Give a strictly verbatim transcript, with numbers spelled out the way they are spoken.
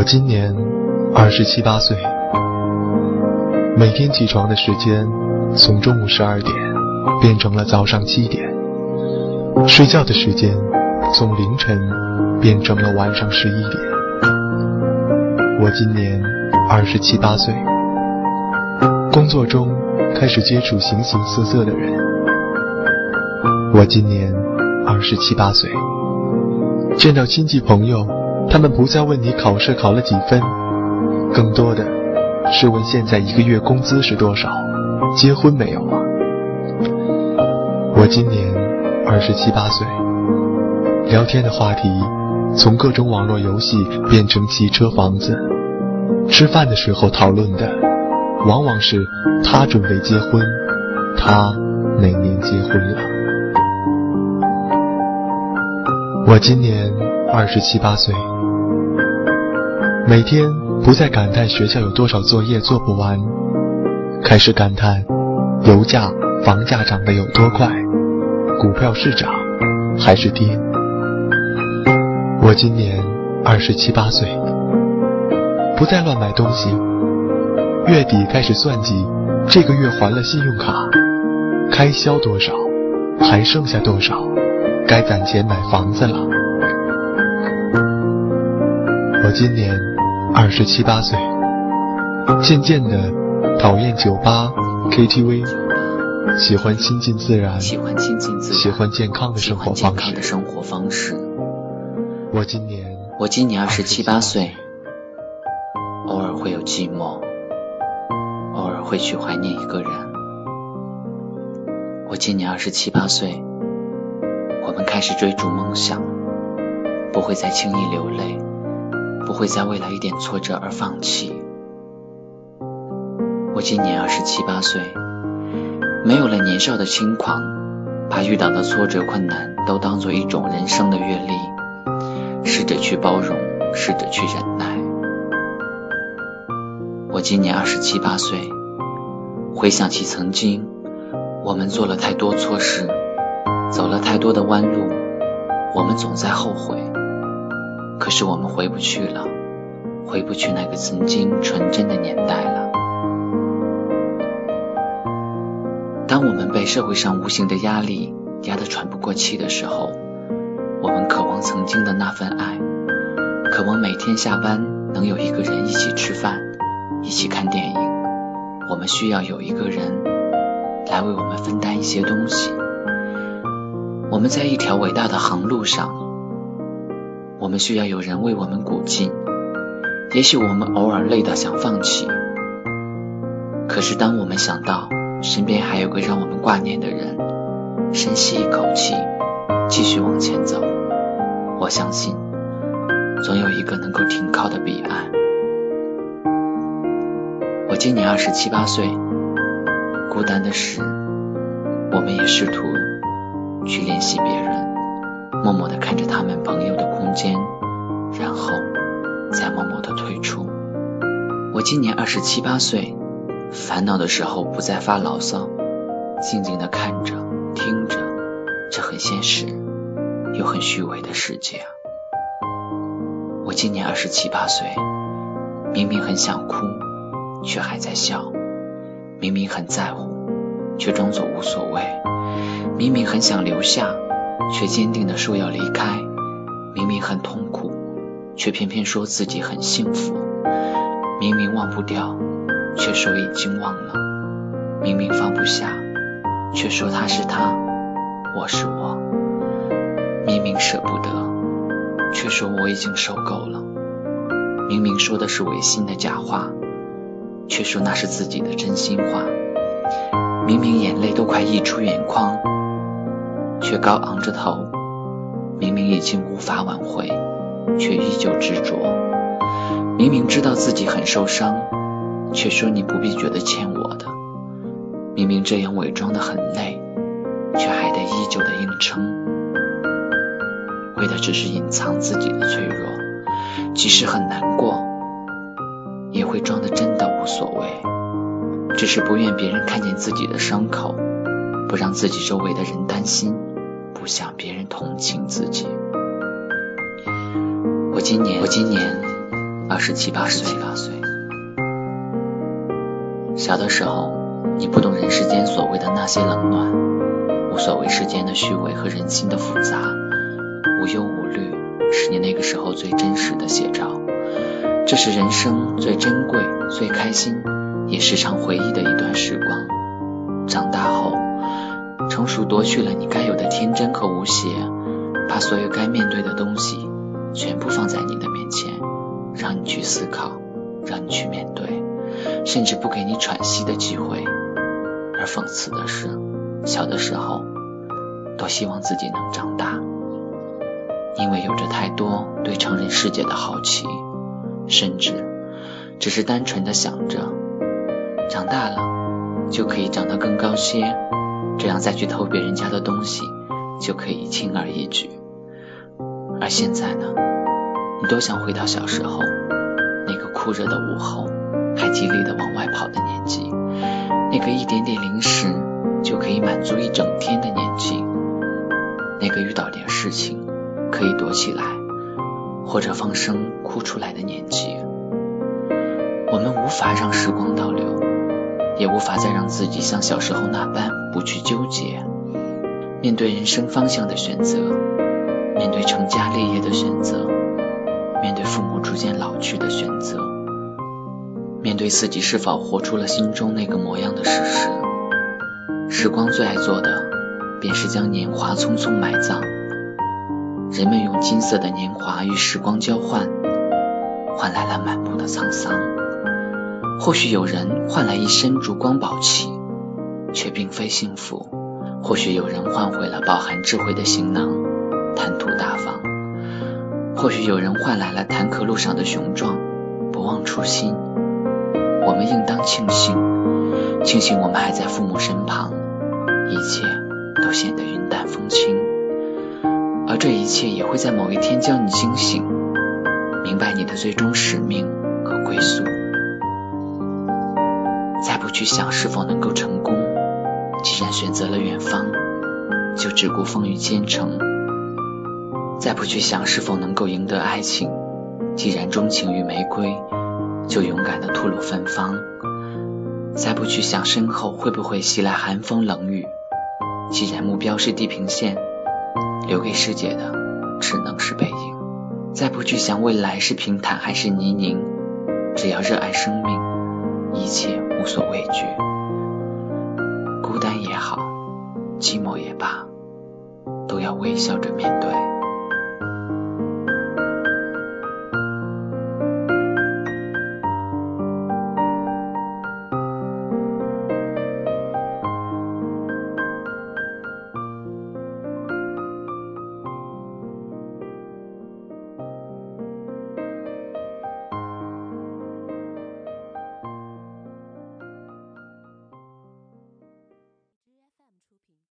我今年二十七八岁，每天起床的时间从中午十二点变成了早上七点，睡觉的时间从凌晨变成了晚上十一点。我今年二十七八岁，工作中开始接触形形色色的人。我今年二十七八岁，见到亲戚朋友，他们不再问你考试考了几分，更多的是问现在一个月工资是多少，结婚没有啊？我今年二十七八岁，聊天的话题从各种网络游戏变成汽车房子，吃饭的时候讨论的往往是他准备结婚，他哪年结婚了。我今年二十七八岁，每天不再感叹学校有多少作业做不完，开始感叹油价房价涨得有多快，股票是涨还是跌。我今年二十七八岁，不再乱买东西，月底开始算计这个月还了信用卡开销多少，还剩下多少，该攒钱买房子了。我今年二十七八岁，渐渐的讨厌酒吧 K T V， 喜欢亲近自然， 喜欢亲近自然， 喜欢健康的生活方式。 的生活方式。 我今年我今年二十七八岁，偶尔会有寂寞，偶尔会去怀念一个人。我今年二十七八岁，我们开始追逐梦想，不会再轻易流泪，不会再为了一点挫折而放弃。我今年二十七八岁，没有了年少的轻狂，把遇到的挫折困难都当作一种人生的阅历，试着去包容，试着去忍耐。我今年二十七八岁，回想起曾经我们做了太多错事，走了太多的弯路，我们总在后悔，可是我们回不去了，回不去那个曾经纯真的年代了。当我们被社会上无形的压力压得喘不过气的时候，我们渴望曾经的那份爱，渴望每天下班能有一个人一起吃饭，一起看电影。我们需要有一个人来为我们分担一些东西。我们在一条伟大的航路上，我们需要有人为我们鼓劲。也许我们偶尔累到想放弃，可是当我们想到身边还有个让我们挂念的人，深吸一口气，继续往前走，我相信总有一个能够停靠的彼岸。我今年二十七八岁，孤单的是我们也试图去联系别人，默默地看着他们朋友的空间，然后再默默地退出。我今年二十七八岁，烦恼的时候不再发牢骚，静静地看着听着这很现实又很虚伪的世界啊。我今年二十七八岁，明明很想哭却还在笑，明明很在乎却装作无所谓，明明很想留下却坚定地说要离开，明明很痛苦却偏偏说自己很幸福，明明忘不掉却说已经忘了，明明放不下却说他是他我是我，明明舍不得却说我已经受够了，明明说的是违心的假话却说那是自己的真心话，明明眼泪都快溢出眼眶却高昂着头，明明已经无法挽回却依旧执着，明明知道自己很受伤却说你不必觉得欠我的，明明这样伪装得很累却还得依旧的硬撑，为的只是隐藏自己的脆弱，即使很难过也会装得真的无所谓，只是不愿别人看见自己的伤口，不让自己周围的人担心，不想别人同情自己。我今年我今年二十七八岁。小的时候，你不懂人世间所谓的那些冷暖，无所谓世间的虚伪和人心的复杂，无忧无虑是你那个时候最真实的写照。这是人生最珍贵、最开心，也时常回忆的一段时光。长大后，成熟夺去了你该有的天真和无邪，把所有该面对的东西全部放在你的面前，让你去思考，让你去面对，甚至不给你喘息的机会。而讽刺的是，小的时候多希望自己能长大，因为有着太多对成人世界的好奇，甚至只是单纯的想着长大了就可以长得更高些，这样再去偷别人家的东西就可以轻而易举。而现在呢，你多想回到小时候那个酷热的午后还极力的往外跑的年纪，那个一点点零食就可以满足一整天的年纪，那个遇到点事情可以躲起来或者放声哭出来的年纪。我们无法让时光倒流，也无法再让自己像小时候那般不去纠结。面对人生方向的选择，面对成家立业的选择，面对父母逐渐老去的选择，面对自己是否活出了心中那个模样的事实，时光最爱做的便是将年华匆匆埋葬。人们用金色的年华与时光交换，换来了满目的沧桑。或许有人换来一身烛光宝气，却并非幸福。或许有人换回了饱含智慧的行囊，谈吐大方。或许有人换来了坦克路上的雄壮，不忘初心。我们应当庆幸，庆幸我们还在父母身旁，一切都显得云淡风轻。而这一切也会在某一天将你惊醒，明白你的最终使命和归宿。再不去想是否能够成功，既然选择了远方，就只顾风雨兼程。再不去想是否能够赢得爱情，既然钟情于玫瑰，就勇敢地吐露芬芳。再不去想身后会不会袭来寒风冷雨，既然目标是地平线，留给世界的只能是背影。再不去想未来是平坦还是泥泞，只要热爱生命，一切无所畏惧。孤单也好，寂寞也罢，都要微笑着面对。